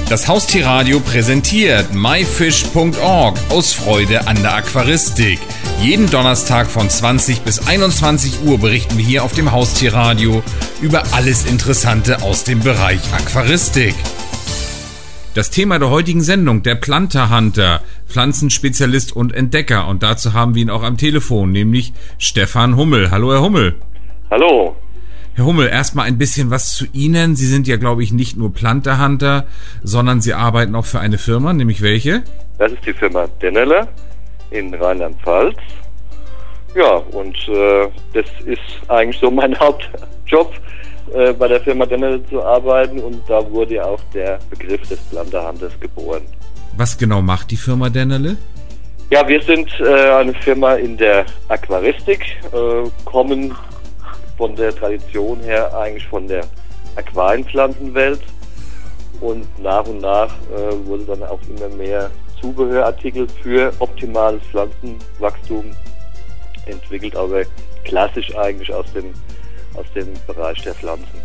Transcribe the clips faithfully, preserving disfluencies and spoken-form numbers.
Das Haustierradio präsentiert myfish punkt org aus Freude an der Aquaristik. Jeden Donnerstag von zwanzig bis einundzwanzig Uhr berichten wir hier auf dem Haustierradio über alles Interessante aus dem Bereich Aquaristik. Das Thema der heutigen Sendung, der Planta-Hunter, Pflanzenspezialist und Entdecker. Und dazu haben wir ihn auch am Telefon, nämlich Stefan Hummel. Hallo, Herr Hummel. Hallo. Herr Hummel, erstmal ein bisschen was zu Ihnen. Sie sind ja, glaube ich, nicht nur Planta-Hunter, sondern Sie arbeiten auch für eine Firma, nämlich welche? Das ist die Firma Dennele in Rheinland-Pfalz. Ja, und äh, das ist eigentlich so mein Hauptjob, äh, bei der Firma Dennele zu arbeiten. Und da wurde ja auch der Begriff des Planta-Hunters geboren. Was genau macht die Firma Dennele? Ja, wir sind äh, eine Firma in der Aquaristik, äh, kommen von der Tradition her eigentlich von der Aquarienpflanzenwelt und nach und nach äh, wurde dann auch immer mehr Zubehörartikel für optimales Pflanzenwachstum entwickelt, aber klassisch eigentlich aus dem, aus dem Bereich der Pflanzen.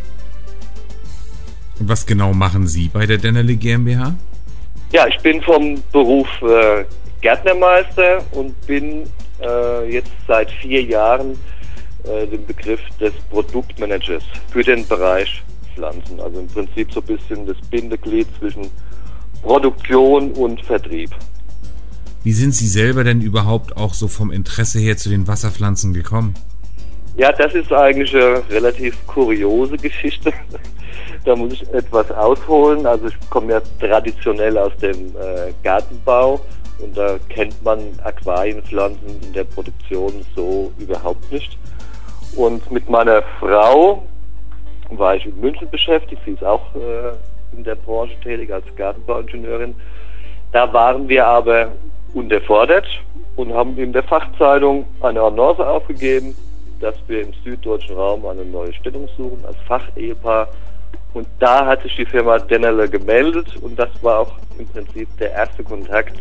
Und was genau machen Sie bei der Dennele GmbH? Ja, ich bin vom Beruf äh, Gärtnermeister und bin äh, jetzt seit vier Jahren den Begriff des Produktmanagers für den Bereich Pflanzen. Also im Prinzip so ein bisschen das Bindeglied zwischen Produktion und Vertrieb. Wie sind Sie selber denn überhaupt auch so vom Interesse her zu den Wasserpflanzen gekommen? Ja, das ist eigentlich eine relativ kuriose Geschichte. Da muss ich etwas ausholen. Also ich komme ja traditionell aus dem äh, Gartenbau und da kennt man Aquarienpflanzen in der Produktion so überhaupt nicht. Und mit meiner Frau war ich in München beschäftigt, sie ist auch äh, in der Branche tätig als Gartenbauingenieurin. Da waren wir aber unterfordert und haben in der Fachzeitung eine Annonce aufgegeben, dass wir im süddeutschen Raum eine neue Stellung suchen als Fachehepaar. Und da hat sich die Firma Dennele gemeldet und das war auch im Prinzip der erste Kontakt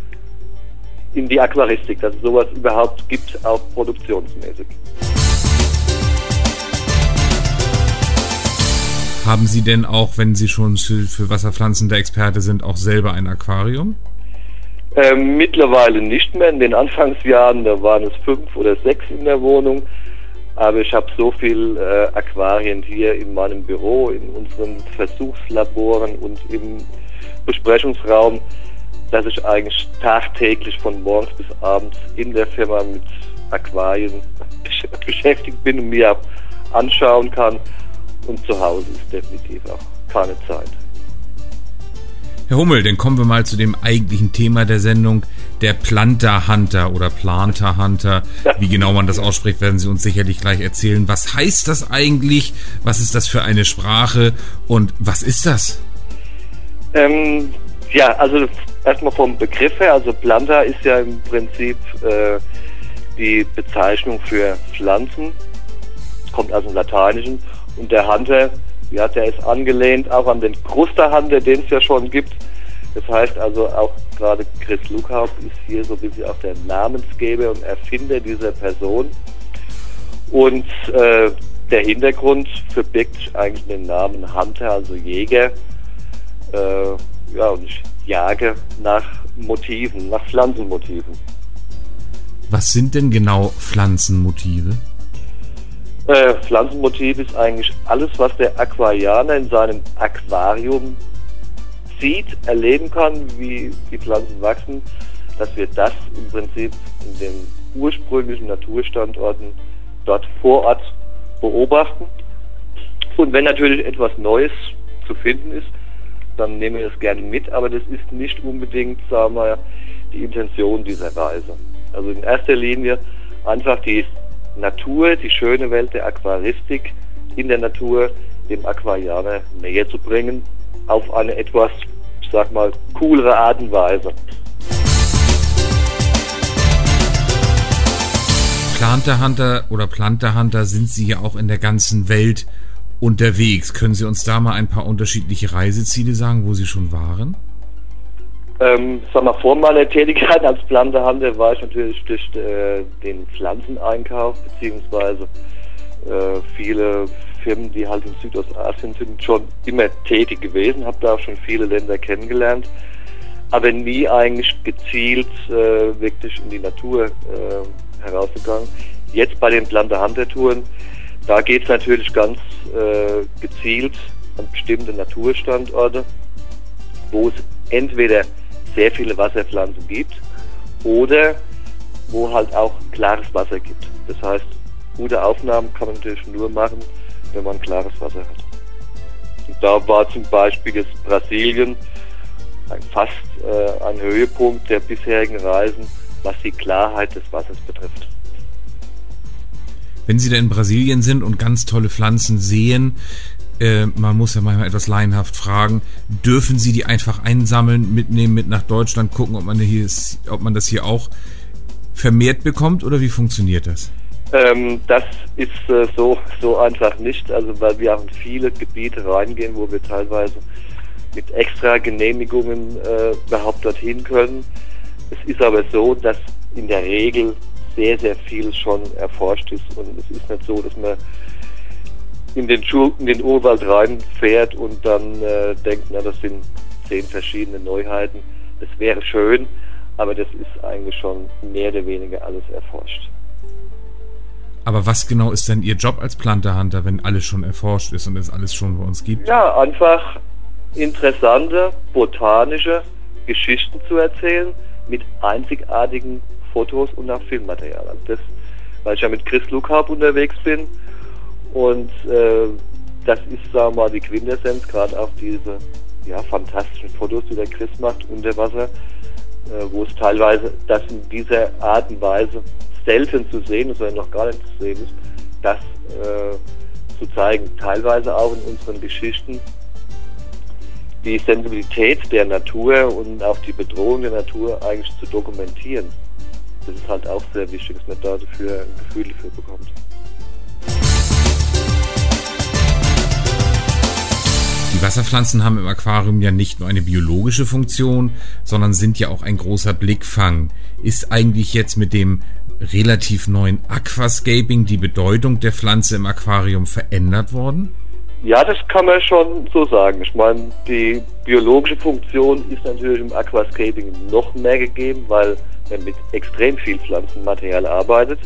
in die Aquaristik, dass es sowas überhaupt gibt, auch produktionsmäßig. Haben Sie denn auch, wenn Sie schon für Wasserpflanzen der Experte sind, auch selber ein Aquarium? Ähm, mittlerweile nicht mehr. In den Anfangsjahren, da waren es fünf oder sechs in der Wohnung. Aber ich habe so viel äh, Aquarien hier in meinem Büro, in unseren Versuchslaboren und im Besprechungsraum, dass ich eigentlich tagtäglich von morgens bis abends in der Firma mit Aquarien beschäftigt bin und mir auch anschauen kann. Und zu Hause ist definitiv auch keine Zeit. Herr Hummel, dann kommen wir mal zu dem eigentlichen Thema der Sendung, der Planta-Hunter oder Planta-Hunter. Wie genau man das ausspricht, werden Sie uns sicherlich gleich erzählen. Was heißt das eigentlich? Was ist das für eine Sprache? Und was ist das? Ähm, ja, also erstmal vom Begriff her. Also Planta ist ja im Prinzip äh, die Bezeichnung für Pflanzen. Kommt aus dem Lateinischen. Und der Hunter, ja, der ist angelehnt auch an den Kruster-Hunter, den es ja schon gibt. Das heißt also auch gerade Chris Lukhaupt ist hier so ein bisschen auch der Namensgeber und Erfinder dieser Person. Und äh, der Hintergrund verbirgt eigentlich den Namen Hunter, also Jäger. Äh, ja, und ich jage nach Motiven, nach Pflanzenmotiven. Was sind denn genau Pflanzenmotive? Äh, Pflanzenmotiv ist eigentlich alles, was der Aquarianer in seinem Aquarium sieht, erleben kann, wie die Pflanzen wachsen, dass wir das im Prinzip in den ursprünglichen Naturstandorten dort vor Ort beobachten. Und wenn natürlich etwas Neues zu finden ist, dann nehmen wir das gerne mit, aber das ist nicht unbedingt, sagen wir, die Intention dieser Reise. Also in erster Linie einfach die Natur, die schöne Welt der Aquaristik in der Natur dem Aquarianer näher zu bringen, auf eine etwas, ich sag mal, coolere Art und Weise. Planta-Hunter oder Planta-Hunter sind Sie ja auch in der ganzen Welt unterwegs. Können Sie uns da mal ein paar unterschiedliche Reiseziele sagen, wo Sie schon waren? Ähm, sag mal, vor meiner Tätigkeit als Planta-Hunter war ich natürlich durch äh, den Pflanzeneinkauf beziehungsweise äh, viele Firmen, die halt in Südostasien sind, schon immer tätig gewesen, habe da auch schon viele Länder kennengelernt, aber nie eigentlich gezielt äh, wirklich in die Natur äh, herausgegangen. Jetzt bei den Planta Hunter Touren, da geht es natürlich ganz äh, gezielt an bestimmte Naturstandorte, wo es entweder sehr viele Wasserpflanzen gibt oder wo halt auch klares Wasser gibt. Das heißt, gute Aufnahmen kann man natürlich nur machen, wenn man klares Wasser hat. Und da war zum Beispiel jetzt Brasilien ein, fast äh, ein Höhepunkt der bisherigen Reisen, was die Klarheit des Wassers betrifft. Wenn Sie da in Brasilien sind und ganz tolle Pflanzen sehen, äh, man muss ja manchmal etwas laienhaft fragen, dürfen Sie die einfach einsammeln, mitnehmen, mit nach Deutschland, gucken, ob man, hier ist, ob man das hier auch vermehrt bekommt, oder wie funktioniert das? Ähm, das ist äh, so, so einfach nicht, also weil wir auch in viele Gebiete reingehen, wo wir teilweise mit extra Genehmigungen äh, überhaupt dorthin können. Es ist aber so, dass in der Regel sehr, sehr viel schon erforscht ist, und es ist nicht so, dass man in den, Schu- in den Urwald reinfährt und dann äh, denkt, na, das sind zehn verschiedene Neuheiten. Das wäre schön, aber das ist eigentlich schon mehr oder weniger alles erforscht. Aber was genau ist denn Ihr Job als Planta Hunter, wenn alles schon erforscht ist und es alles schon bei uns gibt? Ja, einfach interessante botanische Geschichten zu erzählen mit einzigartigen Fotos und auch Filmmaterial. Also das, weil ich ja mit Chris Lukaup unterwegs bin, und äh, das ist, sagen wir mal, die Quintessenz, gerade auch diese ja, fantastischen Fotos, die der Chris macht unter Wasser, äh, wo es teilweise das in dieser Art und Weise selten zu sehen ist oder noch gar nicht zu sehen ist, das äh, zu zeigen. Teilweise auch in unseren Geschichten die Sensibilität der Natur und auch die Bedrohung der Natur eigentlich zu dokumentieren. Das ist halt auch sehr wichtig, dass man dafür ein Gefühl dafür bekommt. Die Wasserpflanzen haben im Aquarium ja nicht nur eine biologische Funktion, sondern sind ja auch ein großer Blickfang. Ist eigentlich jetzt mit dem relativ neuen Aquascaping die Bedeutung der Pflanze im Aquarium verändert worden? Ja, das kann man schon so sagen. Ich meine, die biologische Funktion ist natürlich im Aquascaping noch mehr gegeben, weil man mit extrem viel Pflanzenmaterial arbeitet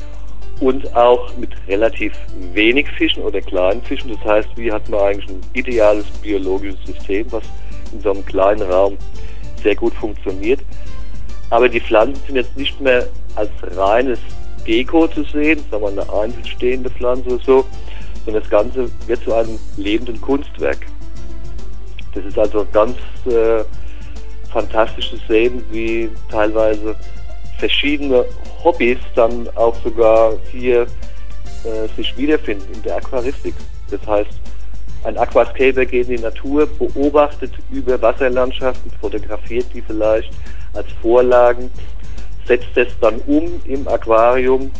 und auch mit relativ wenig Fischen oder kleinen Fischen. Das heißt, wie hat man eigentlich ein ideales biologisches System, was in so einem kleinen Raum sehr gut funktioniert. Aber die Pflanzen sind jetzt nicht mehr als reines Deko zu sehen, sagen wir eine einzelstehende Pflanze oder so, sondern das Ganze wird zu einem lebenden Kunstwerk. Das ist also ganz äh, fantastisch zu sehen, wie teilweise verschiedene Hobbys dann auch sogar hier äh, sich wiederfinden in der Aquaristik. Das heißt, ein Aquascaper geht in die Natur, beobachtet über Wasserlandschaften, fotografiert die vielleicht als Vorlagen, setzt es dann um im Aquarium.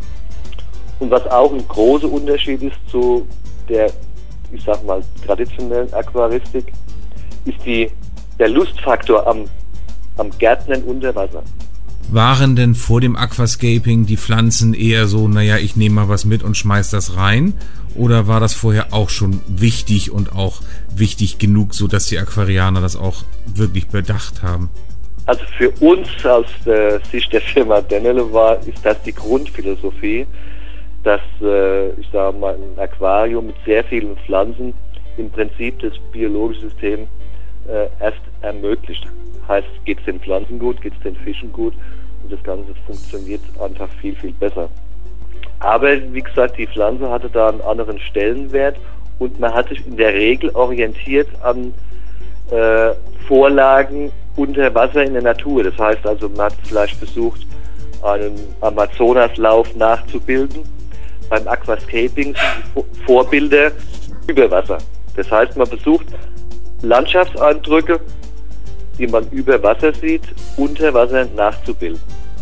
Und was auch ein großer Unterschied ist zu der, ich sag mal, traditionellen Aquaristik, ist die, der Lustfaktor am, am Gärtnern unter Wasser. Waren denn vor dem Aquascaping die Pflanzen eher so, naja, ich nehme mal was mit und schmeiß das rein? Oder war das vorher auch schon wichtig und auch wichtig genug, so dass die Aquarianer das auch wirklich bedacht haben? Also für uns aus der Sicht der Firma Dennele war, ist das die Grundphilosophie, dass äh, ich sage mal ein Aquarium mit sehr vielen Pflanzen im Prinzip das biologische System äh, erst ermöglicht. Heißt, geht es den Pflanzen gut, geht es den Fischen gut, und das Ganze funktioniert einfach viel, viel besser. Aber wie gesagt, die Pflanze hatte da einen anderen Stellenwert, und man hat sich in der Regel orientiert an äh, Vorlagen unter Wasser in der Natur. Das heißt also, man hat vielleicht versucht, einen Amazonaslauf nachzubilden. Beim Aquascaping sind die Vorbilder über Wasser. Das heißt, man versucht, Landschaftseindrücke, die man über Wasser sieht, unter Wasser nachzubilden.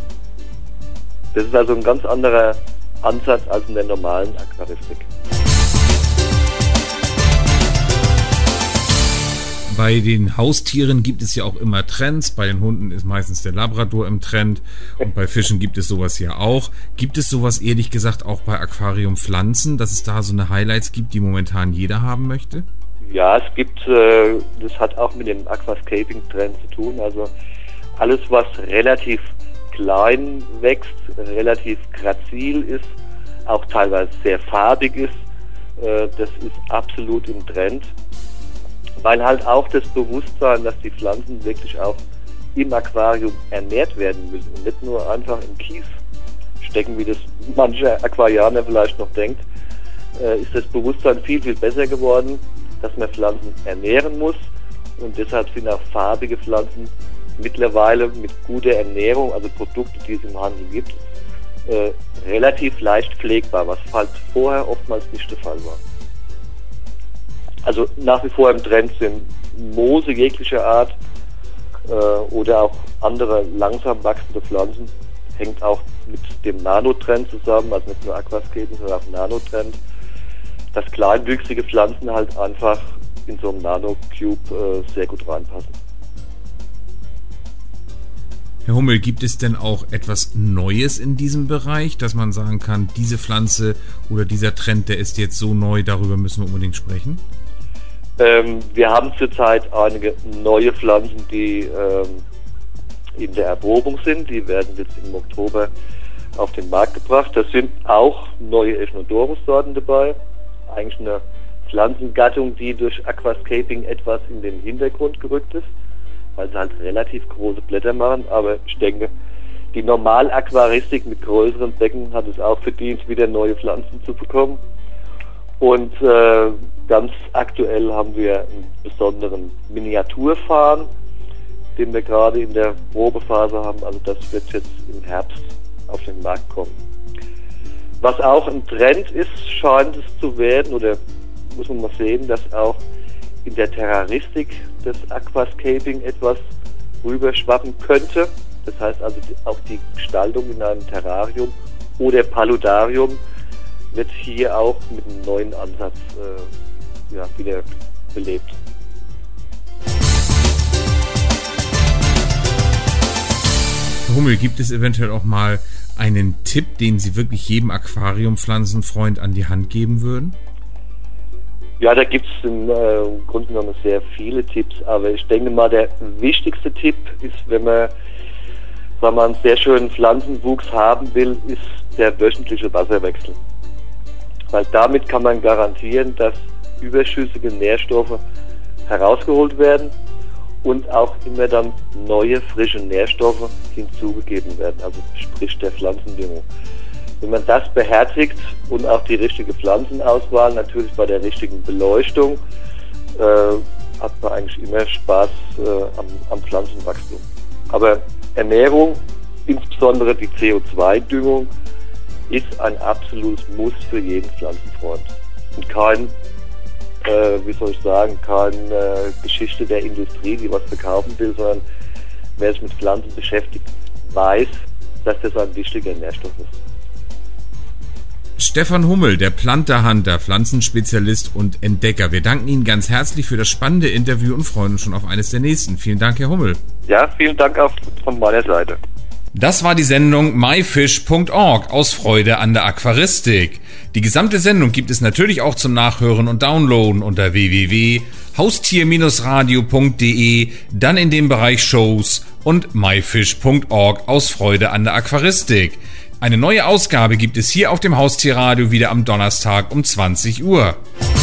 Das ist also ein ganz anderer Ansatz als in der normalen Aquaristik. Bei den Haustieren gibt es ja auch immer Trends. Bei den Hunden ist meistens der Labrador im Trend und bei Fischen gibt es sowas ja auch. Gibt es sowas ehrlich gesagt auch bei Aquariumpflanzen, dass es da so eine Highlights gibt, die momentan jeder haben möchte? Ja, es gibt, äh, das hat auch mit dem Aquascaping-Trend zu tun. Also alles, was relativ klein wächst, relativ grazil ist, auch teilweise sehr farbig ist, äh, das ist absolut im Trend. Weil halt auch das Bewusstsein, dass die Pflanzen wirklich auch im Aquarium ernährt werden müssen und nicht nur einfach im Kies stecken, wie das mancher Aquarianer vielleicht noch denkt, äh, ist das Bewusstsein viel, viel besser geworden, dass man Pflanzen ernähren muss, und deshalb sind auch farbige Pflanzen mittlerweile mit guter Ernährung, also Produkte, die es im Handel gibt, äh, relativ leicht pflegbar, was halt vorher oftmals nicht der Fall war. Also nach wie vor im Trend sind Moose jeglicher Art äh, oder auch andere langsam wachsende Pflanzen. Hängt auch mit dem Nanotrend zusammen, also nicht nur Aquascaping, sondern auch Nanotrend, dass kleinwüchsige Pflanzen halt einfach in so einem Nanocube äh, sehr gut reinpassen. Herr Hummel, gibt es denn auch etwas Neues in diesem Bereich, dass man sagen kann, diese Pflanze oder dieser Trend, der ist jetzt so neu, darüber müssen wir unbedingt sprechen? Ähm, wir haben zurzeit einige neue Pflanzen, die ähm, in der Erprobung sind. Die werden jetzt im Oktober auf den Markt gebracht. Da sind auch neue Echinodorus-Sorten dabei. Eigentlich eine Pflanzengattung, die durch Aquascaping etwas in den Hintergrund gerückt ist, weil sie halt relativ große Blätter machen. Aber ich denke, die Normalaquaristik mit größeren Becken hat es auch verdient, wieder neue Pflanzen zu bekommen. Und äh, ganz aktuell haben wir einen besonderen Miniaturfarn, den wir gerade in der Probephase haben. Also das wird jetzt im Herbst auf den Markt kommen. Was auch ein Trend ist, scheint es zu werden, oder muss man mal sehen, dass auch in der Terraristik des Aquascaping etwas rüberschwappen könnte. Das heißt also auch die Gestaltung in einem Terrarium oder Paludarium wird hier auch mit einem neuen Ansatz äh, ja, wieder belebt. Herr Hummel, gibt es eventuell auch mal einen Tipp, den Sie wirklich jedem Aquariumpflanzenfreund an die Hand geben würden? Ja, da gibt es im, äh, im Grunde genommen sehr viele Tipps, aber ich denke mal, der wichtigste Tipp ist, wenn man, wenn man einen sehr schönen Pflanzenwuchs haben will, ist der wöchentliche Wasserwechsel. Weil damit kann man garantieren, dass überschüssige Nährstoffe herausgeholt werden und auch immer dann neue, frische Nährstoffe hinzugegeben werden, also sprich der Pflanzendüngung. Wenn man das beherzigt und auch die richtige Pflanzenauswahl, natürlich bei der richtigen Beleuchtung, äh, hat man eigentlich immer Spaß äh, am, am Pflanzenwachstum. Aber Ernährung, insbesondere die C O zwei Düngung, ist ein absolutes Muss für jeden Pflanzenfreund. Und kein, äh, wie soll ich sagen, keine äh, Geschichte der Industrie, die was verkaufen will, sondern wer sich mit Pflanzen beschäftigt, weiß, dass das ein wichtiger Nährstoff ist. Stefan Hummel, der Plantahunter, Pflanzenspezialist und Entdecker. Wir danken Ihnen ganz herzlich für das spannende Interview und freuen uns schon auf eines der nächsten. Vielen Dank, Herr Hummel. Ja, vielen Dank auch von meiner Seite. Das war die Sendung my fish punkt org aus Freude an der Aquaristik. Die gesamte Sendung gibt es natürlich auch zum Nachhören und Downloaden unter w w w punkt haustier radio punkt de, dann in dem Bereich Shows und my fish punkt org aus Freude an der Aquaristik. Eine neue Ausgabe gibt es hier auf dem Haustierradio wieder am Donnerstag um zwanzig Uhr.